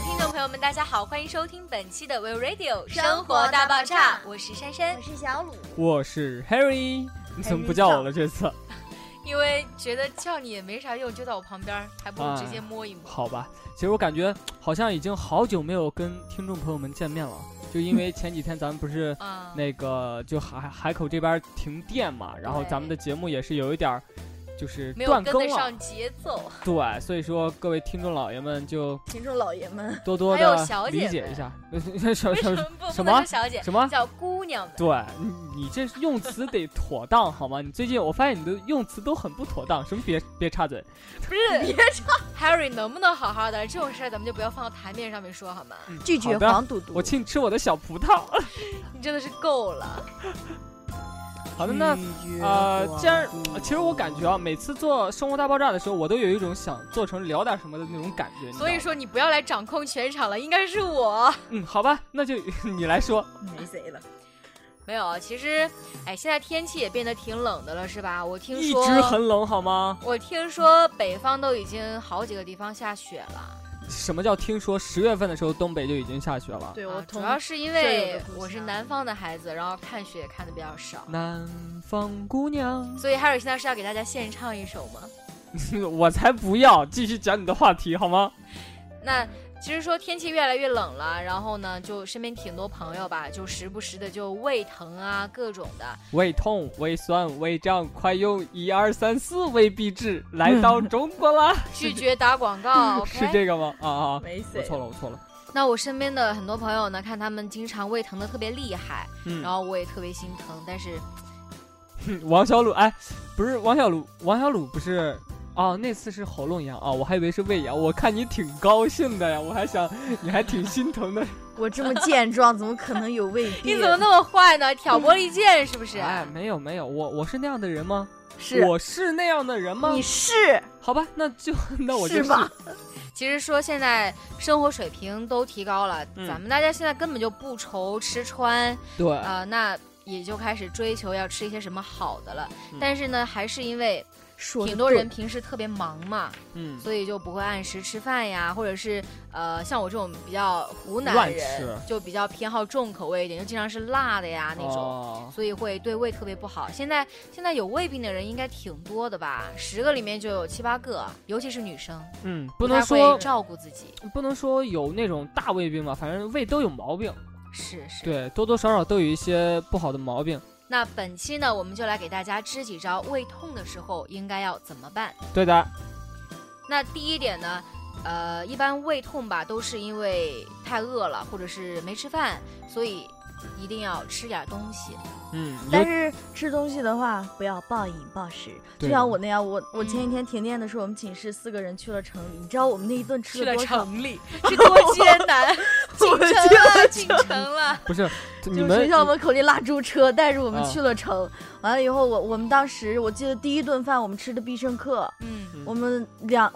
听众朋友们，大家好，欢迎收听本期的 We Radio 生活大爆炸，我是珊珊， 我是小鲁， 我是 Harry。你怎么不叫我了这次？ 因为觉得叫你也没啥用，就在我旁边，还不如直接摸一摸。 好吧，其实我感觉好像已经好久没有跟听众朋友们见面了，就因为前几天咱们不是那个就海口这边停电嘛，然后咱们的节目也是有一点就是断更了， 没有跟得上节奏。 对，所以说各位听众老爷们就多多的理解一下。什么小姐？ 什么叫姑娘们？ 对，你这用词得妥当好吗？你最近我发现你的用词都很不妥当，什么别插嘴， 不是别插。Harry 能不能好好的？这种事咱们就不要放到台面上面说好吗？ 拒绝黄赌毒。 我请你吃我的小葡萄。 你真的是够了。 好的，那既然其实我感觉啊，每次做生活大爆炸的时候，我都有一种想做成聊点什么的那种感觉。 所以说你不要来掌控全场了，应该是我。 好吧，那就你来说。 没谁了。 没有，其实，现在天气也变得挺冷的了，是吧？我听说一直很冷，好吗？ 我听说北方都已经好几个地方下雪了。 什么叫听说？10月份的时候，东北就已经下雪了。 对，我主要是因为我是南方的孩子，然后看雪也看的比较少。 南方姑娘。 所以Harry现在是要给大家献唱一首吗？ 我才不要！继续讲你的话题好吗？ 那其实说天气越来越冷了，然后呢，就身边挺多朋友吧，就时不时的就胃疼啊，各种的。 胃痛、胃酸、胃胀，快用1、2、3、4胃必治来到中国了。 拒绝打广告， 是这个吗？ 没我错了。 那我身边的很多朋友呢，看他们经常胃疼的特别厉害，然后我也特别心疼。但是， 王小鲁，不是王小鲁不是。那次是喉咙痒我还以为是胃痒。我看你挺高兴的呀，我还想你还挺心疼的。 我这么健壮，怎么可能有胃病？ 你怎么那么坏呢？挑拨离间是不是？ 没有，我是那样的人吗？ 是， 我是那样的人吗？ 你是？ 好吧，那我就是吧。 其实说现在生活水平都提高了，咱们大家现在根本就不愁吃穿， 对那也就开始追求要吃一些什么好的了。但是呢，还是因为挺多人平时特别忙嘛，所以就不会按时吃饭呀，或者是像我这种比较湖南人，就比较偏好重口味一点，就经常是辣的呀那种，所以会对胃特别不好。现在有胃病的人应该挺多的吧，10个里面就有7、8个，尤其是女生， 不能说会照顾自己， 不能说有那种大胃病吧，反正胃都有毛病， 是， 对，多多少少都有一些不好的毛病。 那本期呢，我们就来给大家支几招胃痛的时候应该要怎么办。 对的。 那第一点呢，一般胃痛吧，都是因为太饿了，或者是没吃饭，所以一定要吃点东西。 但是吃东西的话，不要暴饮暴食。就像我那样，我前几天停电的时候，我们寝室4个人去了城里，你知道我们那一顿吃了多少？ 城里是多艰难，进城了。 不是， 就学校门口那拉猪车带着我们去了城。完了以后，我们当时我记得第一顿饭我们吃的必胜客，我们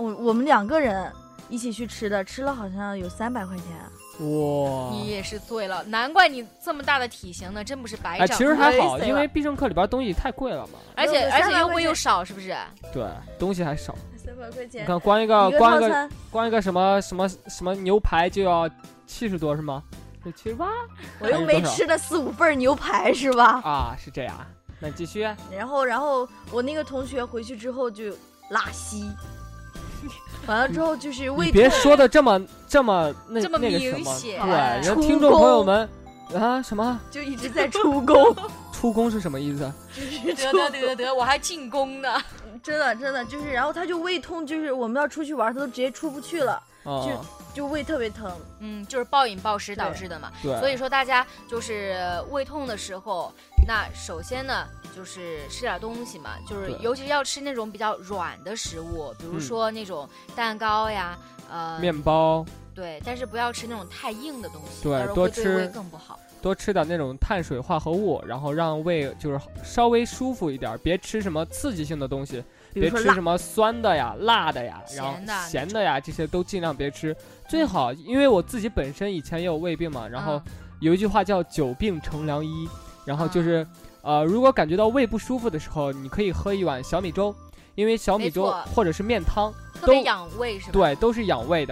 2个人一起去吃的，吃了好像有300块钱。 哇， 你也是醉了，难怪你这么大的体型呢，真不是白长。 其实还好，因为必胜客里边东西太贵了嘛， 而且优惠又少，是不是？ 对，东西还少。 300块钱。 你看，光一个什么牛排就要70多是吗？是78？ 我又没吃了4、5份牛排是吧？ 是这样。那继续。 然后我那个同学回去之后就拉稀。完了之后就是胃痛。 你别说的这么那个什么，对，人听众朋友们什么就一直在出宫。 出宫是什么意思？ 得，我还进宫呢。 真的就是，然后他就胃痛，就是我们要出去玩，他都直接出不去了，就胃特别疼。 就是暴饮暴食导致的嘛。 对， 所以说大家就是胃痛的时候，那首先呢就是吃点东西嘛，就是尤其要吃那种比较软的食物，比如说那种蛋糕呀， 面包。 对，但是不要吃那种太硬的东西， 对，多吃胃更不好。 多吃点那种碳水化合物，然后让胃就是稍微舒服一点，别吃什么刺激性的东西，别吃什么酸的呀、辣的呀，然后咸的呀，这些都尽量别吃。最好，因为我自己本身以前也有胃病嘛，然后有一句话叫久病成良医，然后就是如果感觉到胃不舒服的时候，你可以喝一碗小米粥，因为小米粥或者是面汤特别养胃是吧？ 对，都是养胃的。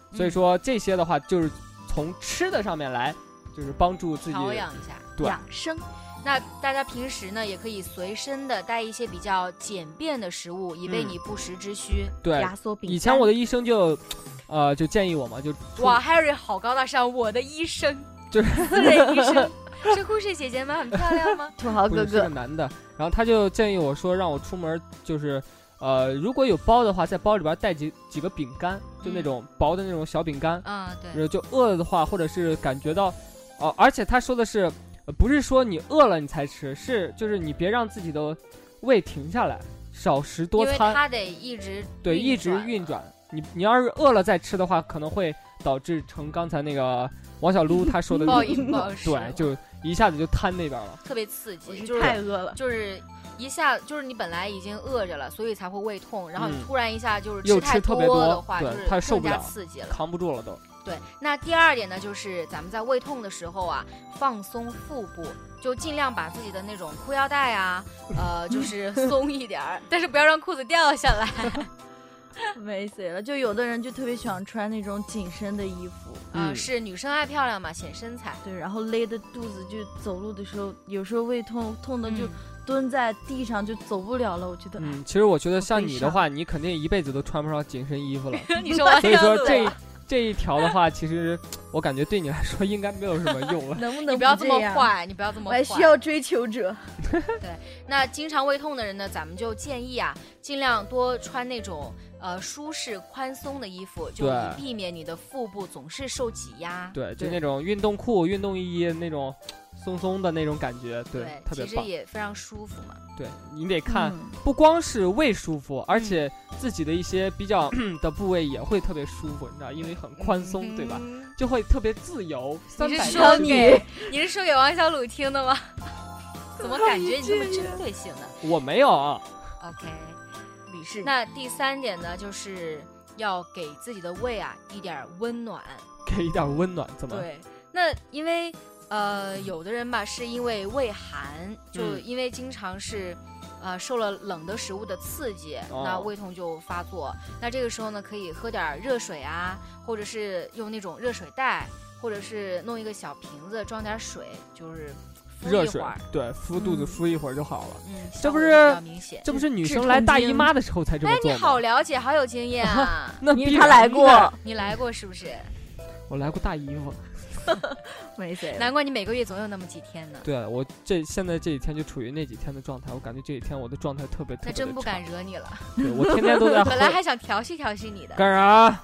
所以说这些的话就是从吃的上面来，就是帮助自己调养一下， 对， 养生。 那大家平时呢，也可以随身的带一些比较简便的食物，以备你不时之需。 对， 压缩饼干。 以前我的医生就建议我嘛，就哇 ，Harry 好高大上，我的医生就是私人医生，是护士姐姐吗？很漂亮吗？ 土豪哥哥是个男的，然后他就建议我说，让我出门就是如果有包的话，在包里边带几个饼干，就那种薄的那种小饼干。 对。 就饿了的话，或者是感觉到而且他说的是。不是说你饿了你才吃，就是你别让自己的胃停下来，少食多餐，因为它得一直运转。你要是饿了再吃的话，可能会导致成刚才那个王小璐他说的暴饮暴食， 对，就一下子就瘫那边了， 特别刺激， 就是太饿了， 就是一下就是你本来已经饿着了，所以才会胃痛，然后你突然一下就是吃太多的话， 就是他受不了， 刺激了， 扛不住了都。 对，那第二点呢，就是咱们在胃痛的时候啊，放松腹部，就尽量把自己的那种裤腰带啊，就是松一点儿，但是不要让裤子掉下来。 没死了，就有的人就特别喜欢穿那种紧身的衣服是女生爱漂亮嘛，显身材。 对，然后勒的肚子，就走路的时候，有时候胃痛的就蹲在地上就走不了了。我觉得， 其实我觉得像你的话，你肯定一辈子都穿不上紧身衣服了。 你说完， 所以说这一条的话，其实我感觉对你来说应该没有什么用了。 能不能你不要这么坏？你不要这么坏。 我还需要追求者。 对，那经常胃痛的人呢，咱们就建议啊，尽量多穿那种舒适宽松的衣服，就以避免你的腹部总是受挤压。 对，就那种运动裤、运动衣那种松松的那种感觉，对，特别棒， 其实也非常舒服嘛。 对，你得看，不光是胃舒服，而且自己的一些比较的部位也会特别舒服，你知道，因为很宽松，对吧？就会特别自由。 你是说给王小鲁听的吗？怎么感觉你这么针对性的？ 我没有。 OK， 理事。 那第三点呢，就是要给自己的胃啊一点温暖。 给一点温暖，怎么？ 对，那因为。有的人吧，是因为胃寒，就因为经常是，受了冷的食物的刺激，那胃痛就发作。那这个时候呢，可以喝点热水啊，或者是用那种热水袋，或者是弄一个小瓶子装点水，就是热水，对，敷肚子敷一会儿就好了。这不是女生来大姨妈的时候才这么做吗？ 哎，你好了解，好有经验啊！ 那他来过， 你来过是不是？ 我来过大姨夫。 没谁， 难怪你每个月总有那么几天呢。 对，我现在这几天就处于那几天的状态，我感觉这几天我的状态特别那真不敢惹你了。 对，我天天都在。 本来还想调戏你的。 干啥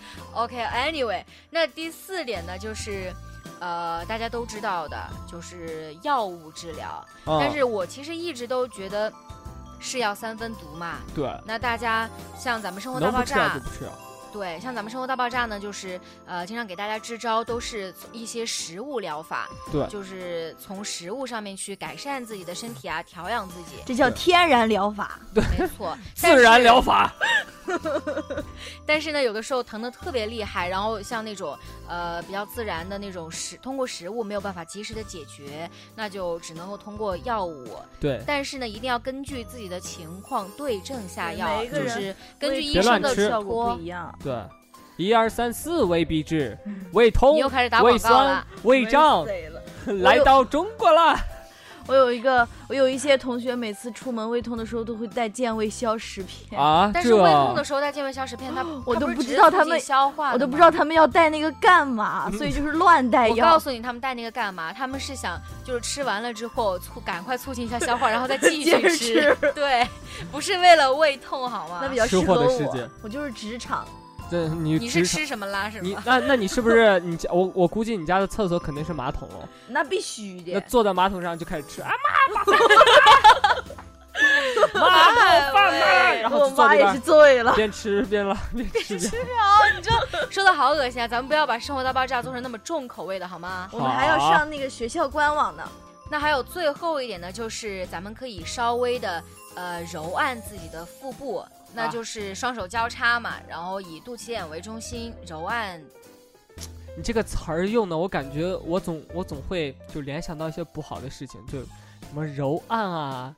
？OK，Anyway， 那第4点呢，就是大家都知道的，就是药物治疗。但是我其实一直都觉得是药3分毒嘛。 对。 那大家像咱们生活大爆炸。 能不吃就不吃啊。 对，像咱们生活大爆炸呢，就是经常给大家支招都是一些食物疗法， 对， 就是从食物上面去改善自己的身体啊，调养自己， 这叫天然疗法， 对， 没错， 自然疗法。 但是呢，有的时候疼得特别厉害，然后像那种比较自然的那种通过食物没有办法及时的解决，那就只能够通过药物。 对， 但是呢，一定要根据自己的情况对症下药， 就是根据医生的效果不一样。 对，1、2、3、4胃必治，胃痛， 你又开始打广告了， 胃胀，来到中国了。 我有一些同学每次出门胃痛的时候都会带健胃消食片啊， 但是胃痛的时候带健胃消食片， 我都不知道他们消化， 我都不知道他们要带那个干嘛，所以就是乱带药。 我告诉你，他们带那个干嘛？他们是想就是吃完了之后赶快促进一下消化，然后再继续吃。对，不是为了胃痛好吗？ 那比较适合我就是职场。 你是吃什么拉什么？ 那你是不是我估计你家的厕所肯定是马桶哦。 那必须的。 那坐在马桶上就开始吃啊马桶饭呐，然后我妈也是醉了， 边吃边吃。你这说的好恶心啊！咱们不要把生活大爆炸做成那么重口味的好吗？ 我们还要上那个学校官网呢。 那还有最后一点呢，就是咱们可以稍微的揉按自己的腹部。那就是双手交叉嘛，然后以肚脐眼为中心揉按。 你这个词儿用的，我感觉我总会就联想到一些不好的事情，就什么揉按啊，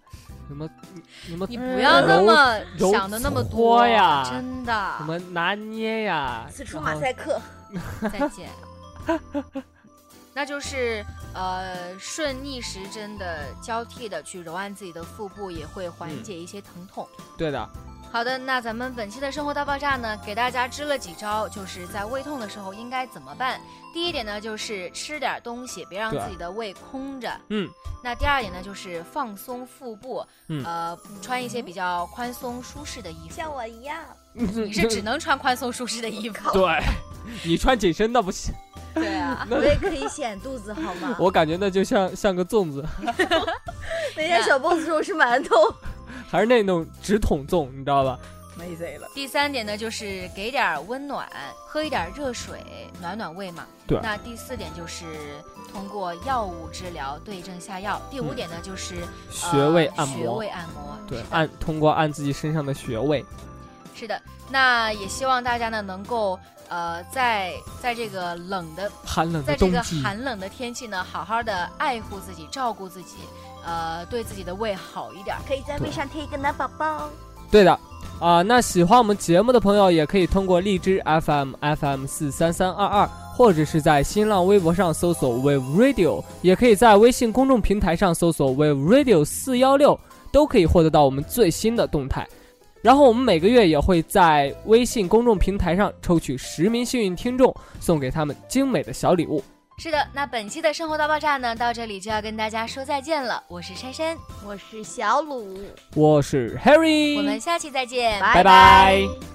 你不要那么想的那么多呀， 真的。 什么拿捏呀， 此处马赛克。 再见。那就是顺逆时针的交替的去揉按自己的腹部，也会缓解一些疼痛。 对的。 好的，那咱们本期的生活大爆炸呢，给大家支了几招，就是在胃痛的时候应该怎么办。第一点呢，就是吃点东西，别让自己的胃空着。那第二点呢，就是放松腹部，穿一些比较宽松舒适的衣服， 像我一样。 你是只能穿宽松舒适的衣服？ 对，你穿紧身那不行。 对啊， 我也可以显肚子好吗？ 我感觉那就像个粽子。 那天小boss说是馒头。 还是那种直筒粽，你知道吧？ 没贼了。 第三点呢，就是给点温暖，喝一点热水，暖暖胃嘛。 对。 那第四点就是通过药物治疗，对症下药。第五点呢，就是穴位按摩。 穴位按摩。 对，通过按自己身上的穴位。 是的，那也希望大家呢能够在这个寒冷的在这个寒冷的天气呢，好好的爱护自己，照顾自己。对自己的胃好一点， 可以在胃上贴一个暖宝宝。 对的，那喜欢我们节目的朋友也可以通过荔枝 FM43322，或者是在新浪微博上搜索 Wave Radio， 也可以在微信公众平台上搜索 Wave Radio 416，都可以获得到我们最新的动态。然后我们每个月也会在微信公众平台上抽取10名幸运听众，送给他们精美的小礼物。 是的，那本期的生活大爆炸呢，到这里就要跟大家说再见了。我是珊珊， 我是小鲁， 我是 Harry， 我们下期再见， 拜拜。